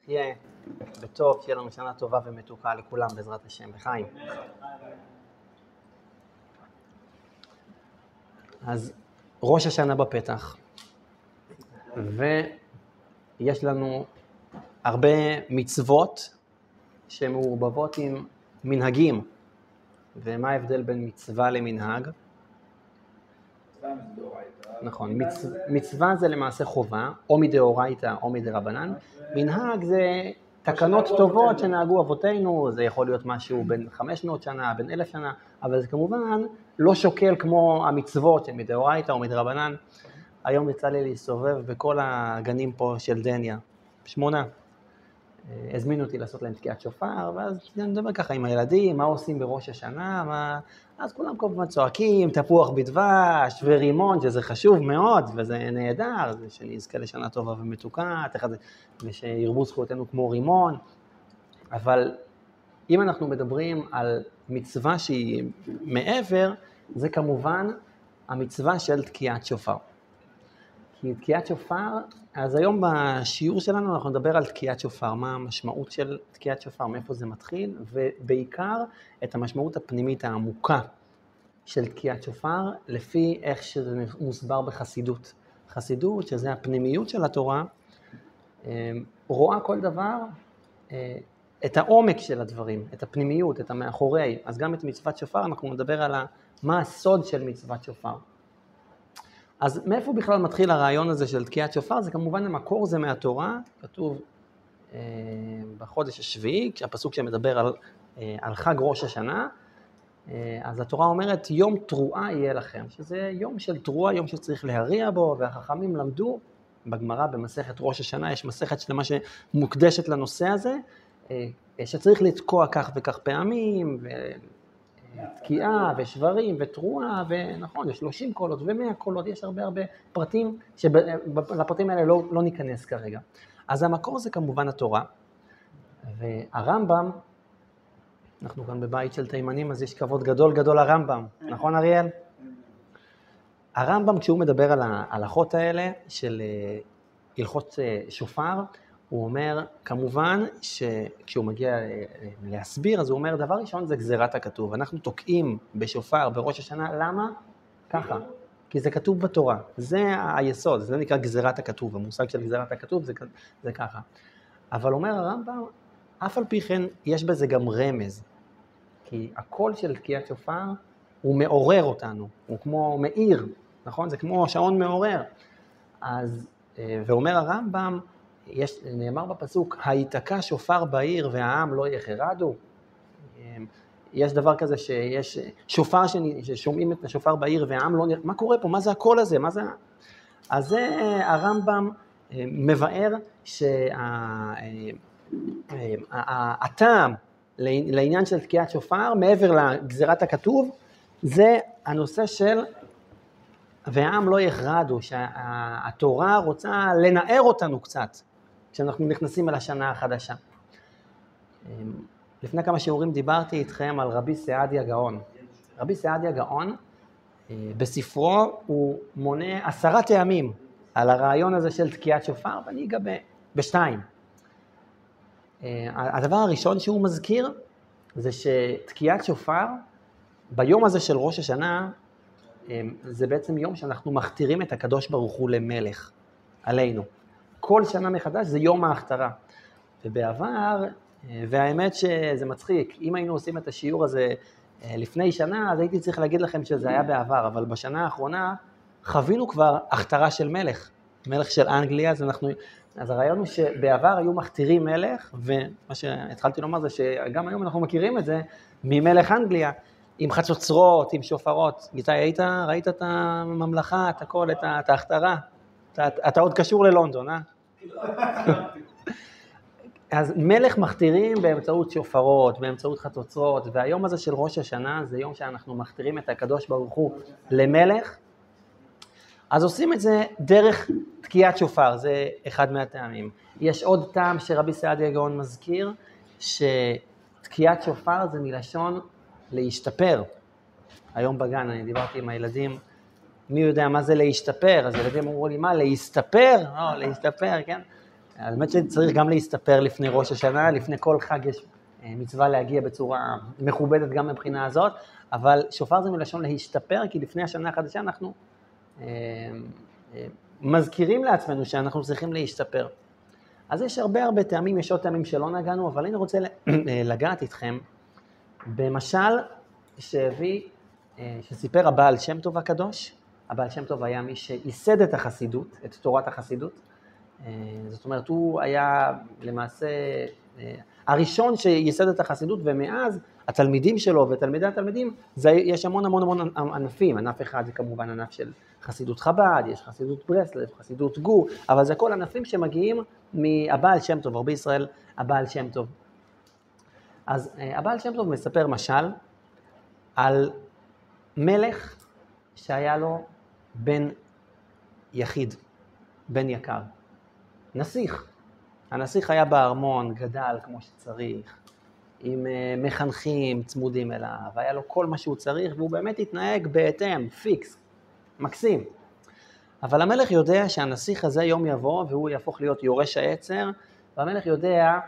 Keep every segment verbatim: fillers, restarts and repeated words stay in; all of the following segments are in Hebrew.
תהיה בטוב, שיהיה לנו שנה טובה ומתוקה לכולם בעזרת השם, בחיים. אז ראש השנה בפתח, ויש לנו הרבה מצוות שמעורבבות עם מנהגים. ומה ההבדל בין מצווה למנהג? נכון, מצ... מצווה זה למעשה חובה, או מדאורייתא או מדרבנן. מנהג זה תקנות טובות שנהגו אבותינו, זה יכול להיות משהו בין חמש מאות שנה, בין אלף שנה, אבל זה כמובן לא שוקל כמו המצוות של מדאורייתא או מדרבנן. היום יצא לי להסתובב בכל הגנים פה של דניה, שמונה. הזמינו אותי לעשות להם תקיעת שופר, ואז אני מדבר ככה עם הילדים, מה עושים בראש השנה, מה... אז כולם כל פעם צועקים, תפוח בדבש ורימון, שזה חשוב מאוד, וזה נהדר, זה שנזכה לשנה טובה ומתוקה, ושירבו זכויותינו כמו רימון, אבל אם אנחנו מדברים על מצווה שהיא מעבר, זה כמובן המצווה של תקיעת שופר. כי תקיעת שופר, אז היום בשיעור שלנו אנחנו נדבר על תקיעת שופר, מה המשמעות של תקיעת שופר, מאיפה זה מתחיל, ובעיקר את המשמעות הפנימית העמוקה של תקיעת שופר, לפי איך שזה מוסבר בחסידות. חסידות, שזה הפנימיות של התורה, רואה כל דבר, את העומק של הדברים, את הפנימיות, את המאחורי. אז גם את מצוות שופר אנחנו נדבר על מה הסוד של מצוות שופר. אז מאיפה בכלל מתחיל הרעיון הזה של תקיעת שופר? זה כמובן המקור זה מהתורה, כתוב אה, בחודש השביעי, כשהפסוק שמדבר על, אה, על חג ראש השנה, אה, אז התורה אומרת יום תרועה יהיה לכם, שזה יום של תרועה, יום שצריך להריע בו, והחכמים למדו, בגמרא במסכת ראש השנה, יש מסכת שלמה שמוקדשת לנושא הזה, אה, שצריך לתקוע כך וכך פעמים, ו... תקיעה ושברים ותרועה, ונכון, יש שלושים קולות ומאה קולות, יש הרבה הרבה פרטים, שלפרטים האלה לא, לא ניכנס כרגע. אז המקור זה כמובן התורה, והרמב"ם, אנחנו כאן בבית של תימנים, אז יש כבוד גדול גדול לרמב"ם, נכון אריאל? הרמב"ם כשהוא מדבר על ההלכות האלה של הלכות שופר, הוא אומר, כמובן שכשהוא מגיע להסביר, אז הוא אומר, דבר ראשון זה גזירת הכתוב. אנחנו תוקעים בשופר בראש השנה, למה? ככה, כי זה כתוב בתורה. זה היסוד, זה נקרא גזירת הכתוב. המושג של גזירת הכתוב זה, זה ככה. אבל אומר הרמב"ם, אף על פי כן יש בזה גם רמז. כי הקול של תקיעת שופר הוא מעורר אותנו, הוא כמו מאיר, נכון? זה כמו שעון מעורר. אז, ואומר הרמב"ם, יש, נאמר בפסוק, היתקע שופר בעיר והעם לא יחרדו. יש דבר כזה שיש שופר ששומעים את השופר בעיר והעם לא... מה קורה פה? מה זה הקול הזה? מה זה... אז זה הרמב"ם מבאר שהטעם לעניין של תקיעת שופר, מעבר לגזירת הכתוב, זה הנושא של והעם לא יחרדו, שהתורה רוצה לנער אותנו קצת, כשאנחנו נכנסים אל השנה החדשה. לפני כמה שיעורים דיברתי איתכם על רבי סעדיה גאון. רבי סעדיה גאון, בספרו הוא מונה עשרה טעמים על הרעיון הזה של תקיעת שופר, ואני אגע בשתיים. הדבר הראשון שהוא מזכיר, זה שתקיעת שופר, ביום הזה של ראש השנה, זה בעצם יום שאנחנו מכתירים את הקדוש ברוך הוא למלך, עלינו. כל שנה מחדש זה יום ההכתרה. ובעבר, והאמת שזה מצחיק, אם היינו עושים את השיעור הזה לפני שנה, אז הייתי צריך להגיד לכם שזה היה בעבר, אבל בשנה האחרונה חווינו כבר הכתרה של מלך, מלך של אנגליה, אז אנחנו, אז הרעיון הוא שבעבר היו מכתירים מלך, ומה שהתחלתי לומר זה שגם היום אנחנו מכירים את זה ממלך אנגליה, עם חצוצרות, עם שופרות. גיטאי, היית, ראית את הממלכה, את הכל, את ההכתרה? אתה, אתה עוד קשור ללונדון, אה? אז מלך מכתירים באמצעות שופרות, באמצעות חצוצרות, והיום הזה של ראש השנה, זה יום שאנחנו מכתירים את הקדוש ברוך הוא למלך, אז עושים את זה דרך תקיעת שופר, זה אחד מהטעמים. יש עוד טעם שרבי סעדיה גאון מזכיר, שתקיעת שופר זה מלשון להשתפר. היום בגן אני דיברתי עם הילדים, מי יודע מה זה להשתפר? אז ילדים אמרו לי, מה, להסתפר? לא, להסתפר, כן? האמת שצריך גם להסתפר לפני ראש השנה, לפני כל חג יש מצווה להגיע בצורה מכובדת גם מבחינה הזאת, אבל שופר זה מלשון להשתפר, כי לפני השנה החדשה אנחנו אה, אה, מזכירים לעצמנו שאנחנו צריכים להשתפר. אז יש הרבה הרבה טעמים, יש עוד טעמים שלא נגענו, אבל אני רוצה לגעת איתכם במשל שהביא, שסיפר הבעל שם טוב הקדוש. הבעל שם טוב היה מי שייסד את החסידות, את תורת החסידות. זאת אומרת, הוא היה למעשה הראשון שייסד את החסידות, ומאז התלמידים שלו ותלמידי התלמידים, זה, יש המון המון המון ענפים. ענף אחד זה כמובן ענף של חסידות חב"ד, יש חסידות ברסלב, חסידות גור, אבל זה כל ענפים שמגיעים מהבעל שם טוב, הרבה ישראל הבעל שם טוב. אז הבעל שם טוב מספר משל על מלך שהיה לו בן יחיד, בן יקר, נסיך. הנסיך היה בארמון, גדל כמו שצריך, עם מחנכים צמודים אליו, והיה לו כל מה שהוא צריך, והוא באמת התנהג בהתאם, פיקס, מקסים. אבל המלך יודע שהנסיך הזה יום יבוא, והוא יהפוך להיות יורש העצר, והמלך יודע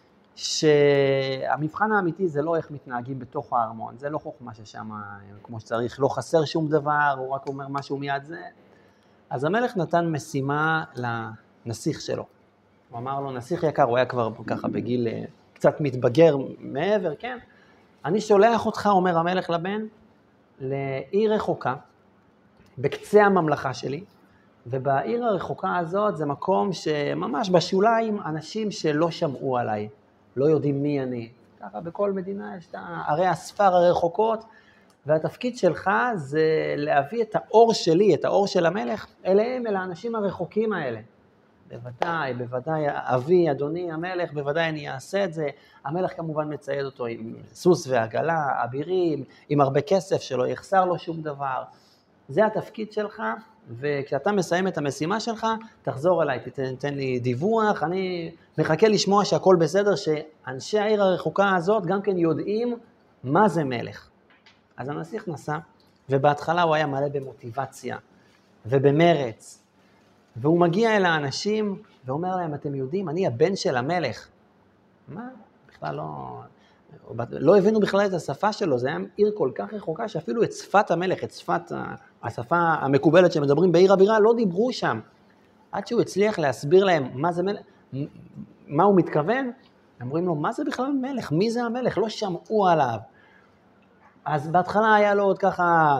שהמבחן האמיתי זה לא איך מתנהגים בתוך הארמון, זה לא חוכמה ששם כמו שצריך, לא חסר שום דבר, הוא רק אומר משהו מיד זה. אז המלך נתן משימה לנסיך שלו. הוא אמר לו, נסיך יקר, הוא היה כבר ככה בגיל קצת מתבגר מעבר, כן? אני שולח אותך, אומר המלך לבן, לעיר רחוקה, בקצה הממלכה שלי, ובעיר הרחוקה הזאת זה מקום שממש בשוליים אנשים שלא שמעו עליי, לא יודעים מי אני. ככה בכל מדינה יש את ערי הספר הרחוקות, והתפקיד שלך זה להביא את האור שלי, את האור של המלך, אליהם, אל האנשים הרחוקים האלה. בוודאי, בוודאי, אבי, אדוני, המלך, בוודאי אני אעשה את זה. המלך כמובן מצייד אותו עם סוס ועגלה, אבירים, עם הרבה כסף שלא יחסר לו שום דבר. זה התפקיד שלך, וכשאתה מסיים את המשימה שלך, תחזור אליי, תתן, תן לי דיווח, אני מחכה לשמוע שהכל בסדר, שאנשי העיר הרחוקה הזאת גם כן יודעים מה זה מלך. אז הנסיך נסע, ובהתחלה הוא היה מלא במוטיבציה ובמרץ, והוא מגיע אל האנשים ואומר להם, אתם יודעים, אני הבן של המלך. מה? בכלל לא... לא הבינו בכלל את השפה שלו, זה היה עיר כל כך רחוקה שאפילו את שפת המלך, את שפת השפה המקובלת שמדברים בעיר הבירה, לא דיברו שם. עד שהוא הצליח להסביר להם מה זה מלך, מה הוא מתכוון, אמרים לו, מה זה בכלל מלך? מי זה המלך? לא שמעו עליו. אז בהתחלה היה לו עוד ככה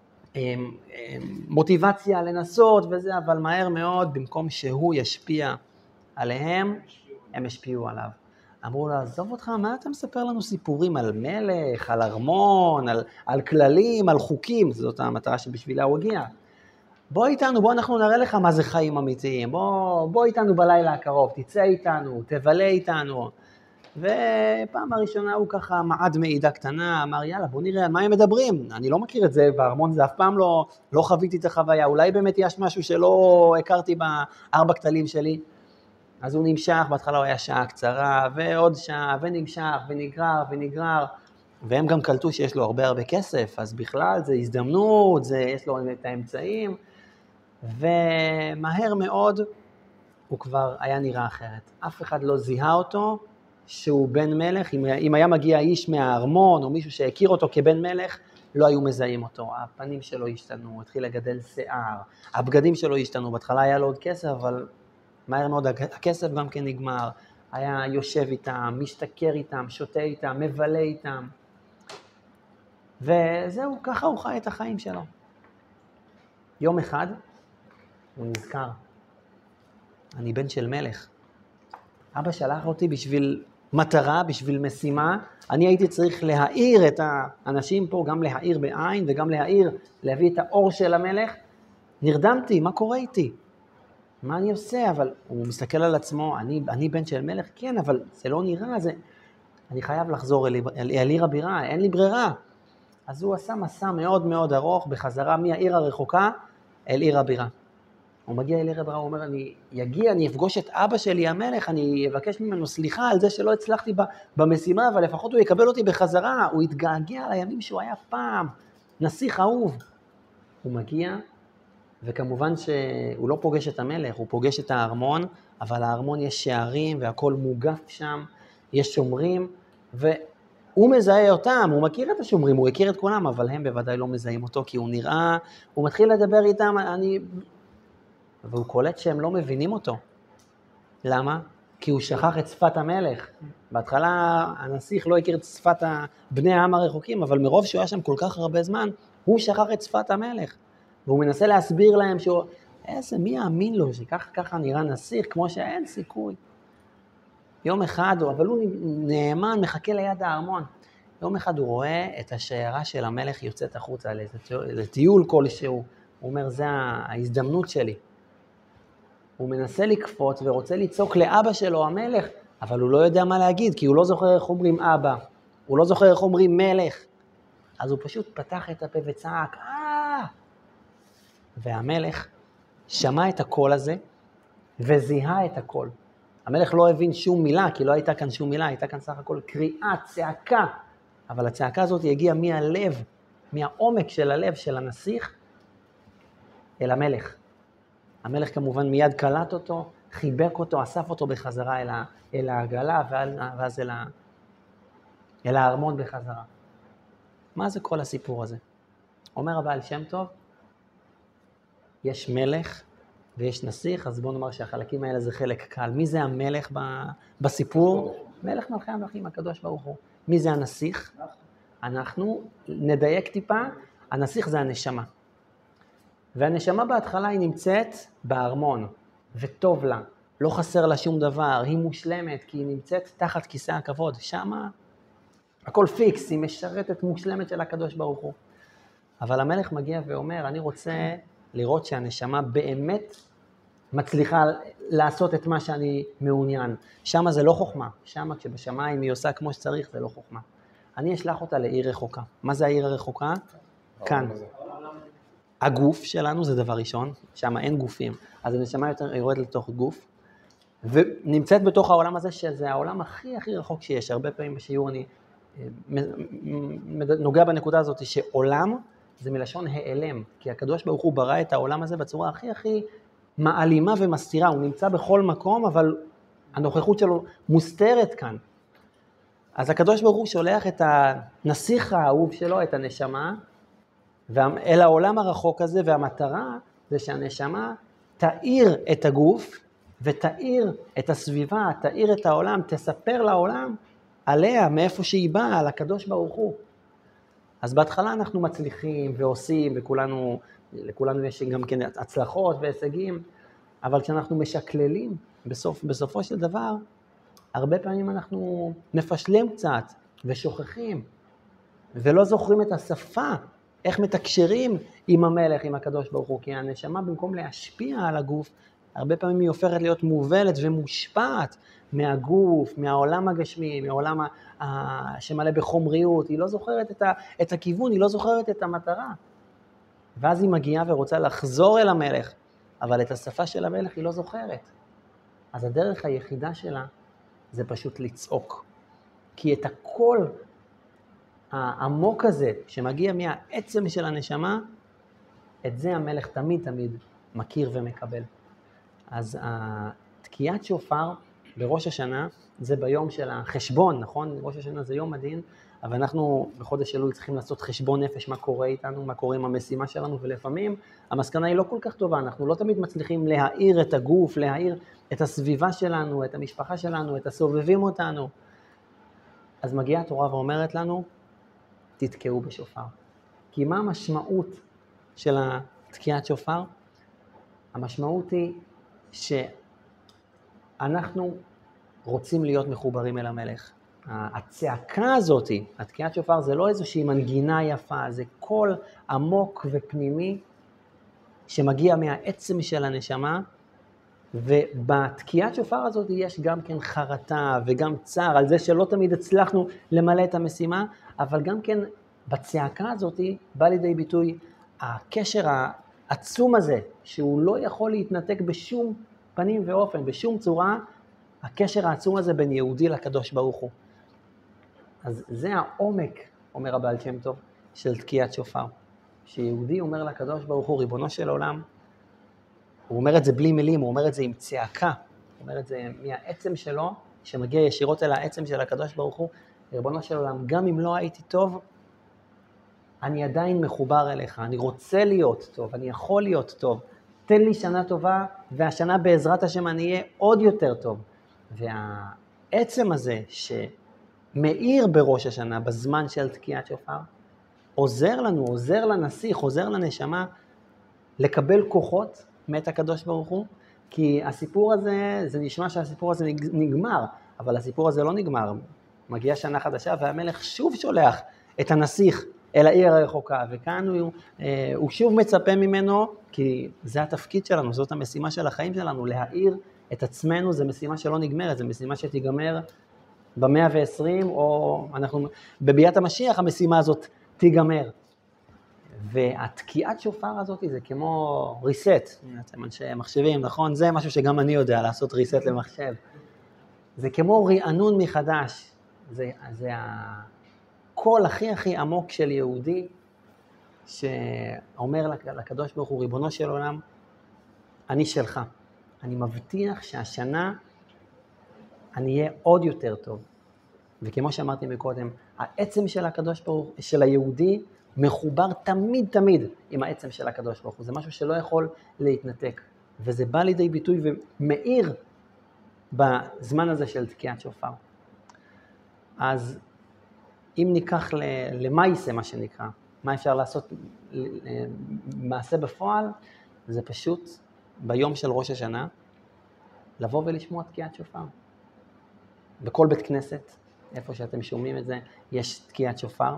מוטיבציה לנסות וזה, אבל מהר מאוד, במקום שהוא ישפיע עליהם, הם השפיעו עליו. אמרו לו, עזוב אותך, מה אתה מספר לנו סיפורים על מלך, על ארמון, על, על כללים, על חוקים? זאת המטרה שבשבילה הוא הגיע. בוא איתנו, בוא אנחנו נראה לך מה זה חיים אמיתיים. בוא, בוא איתנו בלילה הקרוב, תצא איתנו, תבלה איתנו. ופעם הראשונה הוא ככה מעד מעידה קטנה, אמר יאללה בוא נראה על מה הם מדברים, אני לא מכיר את זה בארמון, זה אף פעם לא, לא חוויתי את החוויה, אולי באמת יש משהו שלא הכרתי בארבע כתלים שלי. אז הוא נמשך, בהתחלה הוא היה שעה קצרה, ועוד שעה, ונמשך, ונגרר, ונגרר, והם גם קלטו שיש לו הרבה הרבה כסף, אז בכלל זה הזדמנות, זה, יש לו את האמצעים, ומהר מאוד הוא כבר היה נראה אחרת. אף אחד לא זיהה אותו, שהוא בן מלך, אם, אם היה מגיע איש מהארמון, או מישהו שהכיר אותו כבן מלך, לא היו מזהים אותו, הפנים שלו השתנו, התחיל לגדל שיער, הבגדים שלו השתנו, בהתחלה היה לו עוד כסף, אבל מהר מאוד הכסף גם כן נגמר, היה יושב איתם, משתכר איתם, שותה איתם, מבלה איתם, וזהו, ככה הוא חי את החיים שלו. יום אחד הוא נזכר, אני בן של מלך, אבא שלח אותי בשביל מטרה, בשביל משימה, אני הייתי צריך להאיר את האנשים פה, גם להאיר בעין וגם להאיר, להביא את האור של המלך. נרדמתי, מה קורה איתי? מה אני עושה? אבל הוא מסתכל על עצמו, אני, אני בן של מלך, כן, אבל זה לא נראה, זה... אני חייב לחזור אל, אל, אל עיר הבירה, אין לי ברירה. אז הוא עשה מסע מאוד מאוד ארוך בחזרה מהעיר הרחוקה אל עיר הבירה. הוא מגיע אל עיר הבירה, הוא אומר, אני יגיע, אני אפגוש את אבא שלי המלך, אני אבקש ממנו סליחה על זה שלא הצלחתי במשימה, אבל לפחות הוא יקבל אותי בחזרה, הוא יתגעגע לימים שהוא היה פעם, נסיך אהוב. הוא מגיע, וכמובן שהוא לא פוגש את המלך, הוא פוגש את הארמון, אבל הארמון יש שערים והכל מוגף שם, יש שומרים, והוא מזהה אותם, הוא מכיר את השומרים, הוא הכיר את כולם, אבל הם בוודאי לא מזהים אותו, כי הוא נראה, הוא מתחיל לדבר איתם, אני... והוא קולט שהם לא מבינים אותו. למה? כי הוא שכח את שפת המלך. בהתחלה הנסיך לא הכיר את שפת בני העם הרחוקים, אבל מרוב שהוא היה שם כל כך הרבה זמן, הוא שכח את שפת המלך. והוא מנסה להסביר להם שהוא, איזה מי יאמין לו שככה ככה נראה נסיך, כמו שאין סיכוי. יום אחד, אבל הוא נאמן, מחכה ליד הארמון. יום אחד הוא רואה את השיירה של המלך יוצאת החוצה לטיול כלשהו. הוא אומר, זה ההזדמנות שלי. הוא מנסה לקפוץ ורוצה לצעוק לאבא שלו, המלך, אבל הוא לא יודע מה להגיד, כי הוא לא זוכר איך אומרים אבא, הוא לא זוכר איך אומרים מלך. אז הוא פשוט פתח את הפה וצעק, אה! והמלך שמע את הקול הזה וזיהה את הקול. המלך לא הבין שום מילה, כי לא הייתה כאן שום מילה, הייתה כאן סך הכל קריאה, צעקה. אבל הצעקה הזאת הגיעה מהלב, מהעומק של הלב של הנסיך אל המלך. המלך כמובן מיד קלט אותו, חיבק אותו, אסף אותו בחזרה אל, ה, אל העגלה, ואז אל, ה, אל הארמון בחזרה. מה זה כל הסיפור הזה? אומר הבעל שם טוב, יש מלך ויש נסיך, אז בואו נאמר שהחלקים האלה זה חלק קל. מי זה המלך בסיפור? מלך מלכי המלכים, הקדוש ברוך הוא. מי זה הנסיך? אנחנו נדייק טיפה, הנסיך זה הנשמה. והנשמה בהתחלה היא נמצאת בארמון, וטוב לה, לא חסר לה שום דבר, היא מושלמת, כי היא נמצאת תחת כיסא הכבוד, שמה הכל פיקס, היא משרתת מושלמת של הקדוש ברוך הוא. אבל המלך מגיע ואומר, אני רוצה לראות שהנשמה באמת מצליחה לעשות את מה שאני מעוניין. שמה זה לא חוכמה, שמה כשבשמיים היא עושה כמו שצריך, זה לא חוכמה. אני אשלח אותה לעיר רחוקה. מה זה העיר הרחוקה? כאן. הגוף שלנו זה דבר ראשון, שם אין גופים, אז הנשמה יותר יורדת לתוך גוף, ונמצאת בתוך העולם הזה, שזה העולם הכי הכי רחוק שיש. הרבה פעמים בשיעור אני נוגע בנקודה הזאת, שעולם זה מלשון העלם, כי הקדוש ברוך הוא ברא את העולם הזה בצורה הכי הכי מעלימה ומסתירה, הוא נמצא בכל מקום, אבל הנוכחות שלו מוסתרת כאן. אז הקדוש ברוך הוא שולח את הנסיך האהוב שלו, את הנשמה, אל העולם הרחוק הזה, והמטרה זה שהנשמה תאיר את הגוף, ותאיר את הסביבה, תאיר את העולם, תספר לעולם עליה, מאיפה שהיא באה, על הקדוש ברוך הוא. אז בהתחלה אנחנו מצליחים ועושים, וכולנו, לכולנו יש גם כן הצלחות והישגים, אבל כשאנחנו משקללים, בסוף, בסופו של דבר, הרבה פעמים אנחנו מפשלים קצת, ושוכחים, ולא זוכרים את השפה, איך מתקשרים עם המלך, עם הקדוש ברוך הוא, כי הנשמה במקום להשפיע על הגוף, הרבה פעמים היא הופכת להיות מובלת ומושפעת מהגוף, מהעולם הגשמי, מהעולם שמלא בחומריות, היא לא זוכרת את, ה, את הכיוון, היא לא זוכרת את המטרה. ואז היא מגיעה ורוצה לחזור אל המלך, אבל את השפה של המלך היא לא זוכרת. אז הדרך היחידה שלה זה פשוט לצעוק. כי את הקול העמוק הזה שמגיע מהעצם של הנשמה, את זה המלך תמיד תמיד מכיר ומקבל. אז תקיעת שופר בראש השנה זה ביום של החשבון, נכון? ראש השנה זה יום הדין, אבל אנחנו בחודש אלול צריכים לעשות חשבון נפש, מה קורה איתנו, מה קורה עם המשימה שלנו, ולפעמים המסקנה היא לא כל כך טובה, אנחנו לא תמיד מצליחים להאיר את הגוף, להאיר את הסביבה שלנו, את המשפחה שלנו, את הסובבים אותנו. אז מגיעה התורה ואומרת לנו, תתקעו בשופר. כי מה המשמעות של תקיעת שופר? המשמעות היא שאנחנו רוצים להיות מחוברים אל המלך. הצעקה הזאת, התקיעת שופר, זה לא איזושהי מנגינה יפה, זה קול עמוק ופנימי שמגיע מהעצם של הנשמה, ובתקיעת שופר הזאת יש גם כן חרטה וגם צער על זה שלא תמיד הצלחנו למלא את המשימה, אבל גם כן בצעקה הזאת בא לידי ביטוי הקשר העצום הזה, שהוא לא יכול להתנתק בשום פנים ואופן, בשום צורה, הקשר העצום הזה בין יהודי לקדוש ברוך הוא. אז זה העומק, אומר הבעל שם טוב, של תקיעת שופר. שיהודי אומר לקדוש ברוך הוא, ריבונו של עולם, הוא אומר את זה בלי מילים, הוא אומר את זה עם צעקה. הוא אומרת, זה מהעצם שלו, שמגיע ישירות אל העצם של הקדוש ברוך הוא, ריבונו של עולם, גם אם לא הייתי טוב, אני עדיין מחובר אליך, אני רוצה להיות טוב, אני יכול להיות טוב, תן לי שנה טובה, והשנה בעזרת השם אני אהיה עוד יותר טוב. והעצם הזה שמאיר בראש השנה, בזמן של תקיעת שופר, עוזר לנו, עוזר לנסיך, עוזר לנשמה, לקבל כוחות מאת הקדוש ברוך הוא, כי הסיפור הזה, זה נשמע שהסיפור הזה נגמר, אבל הסיפור הזה לא נגמר. מגיעה שנה חדשה והמלך שוב שולח את הנסיך אל העיר הרחוקה, וכאן הוא, הוא שוב מצפה ממנו, כי זה התפקיד שלנו, זאת המשימה של החיים שלנו, להאיר את עצמנו, זה משימה שלא נגמרת, זה משימה שתיגמר במאה ועשרים, או אנחנו, בביאת המשיח המשימה הזאת תיגמר. והתקיעת שופר הזאת זה כמו ריסט, אתם אנשי מחשבים, נכון? זה משהו שגם אני יודע, לעשות ריסט למחשב. זה כמו רענון מחדש, זה, זה הקול הכי הכי עמוק של יהודי, שאומר לקדוש ברוך הוא, ריבונו של עולם, אני שלך. אני מבטיח שהשנה אני אהיה עוד יותר טוב. וכמו שאמרתי מקודם, העצם של הקדוש ברוך הוא, של היהודי, מחובר תמיד תמיד עם העצם של הקדוש ברוך הוא. זה משהו שלא יכול להתנתק. וזה בא לידי ביטוי ומאיר בזמן הזה של תקיעת שופר. אז אם ניקח למעשה מה שנקרא, מה אפשר לעשות מעשה בפועל, זה פשוט ביום של ראש השנה, לבוא ולשמוע תקיעת שופר. בכל בית כנסת, איפה שאתם שומעים את זה, יש תקיעת שופר,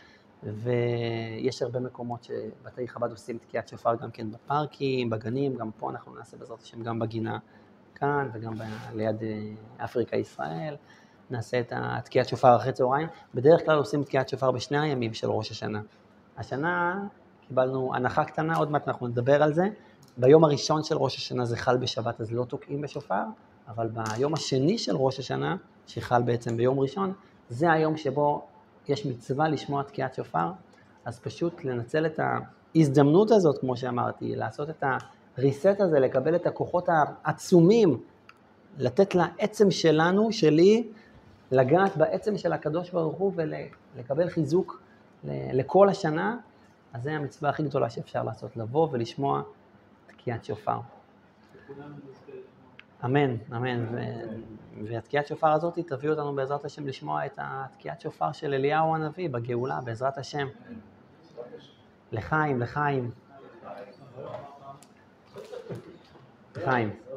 ויש הרבה מקומות שבתי חב"ד עושים תקיעת שופר גם כן בפארקים, בגנים, גם פה אנחנו נעשה בעזרת השם גם בגינה כאן וגם ב- ליד אפריקה ישראל, נעשה את התקיעת שופר אחרי צהריים. בדרך כלל עושים תקיעת שופר בשני הימים של ראש השנה. השנה קיבלנו הנחה קטנה, עוד מעט אנחנו נדבר על זה. ביום הראשון של ראש השנה זה חל בשבת, אז לא תוקעים בשופר, אבל ביום השני של ראש השנה, שחל בעצם ביום ראשון, זה היום שבו יש מצווה לשמוע תקיעת שופר, אז פשוט לנצל את ההזדמנות הזאת, כמו שאמרתי, לעשות את הריסט הזה, לקבל את הכוחות העצומים, לתת לעצם שלנו, שלי, לגעת בעצם של הקדוש ברוך הוא ולקבל חיזוק לכל השנה, אז זה המצווה הכי גדולה שאפשר לעשות, לבוא ולשמוע תקיעת שופר. אמן, אמן. והתקיעת שופר הזאת תביא אותנו בעזרת השם לשמוע את התקיעת שופר של אליהו הנביא בגאולה, בעזרת השם. לחיים, לחיים. לחיים.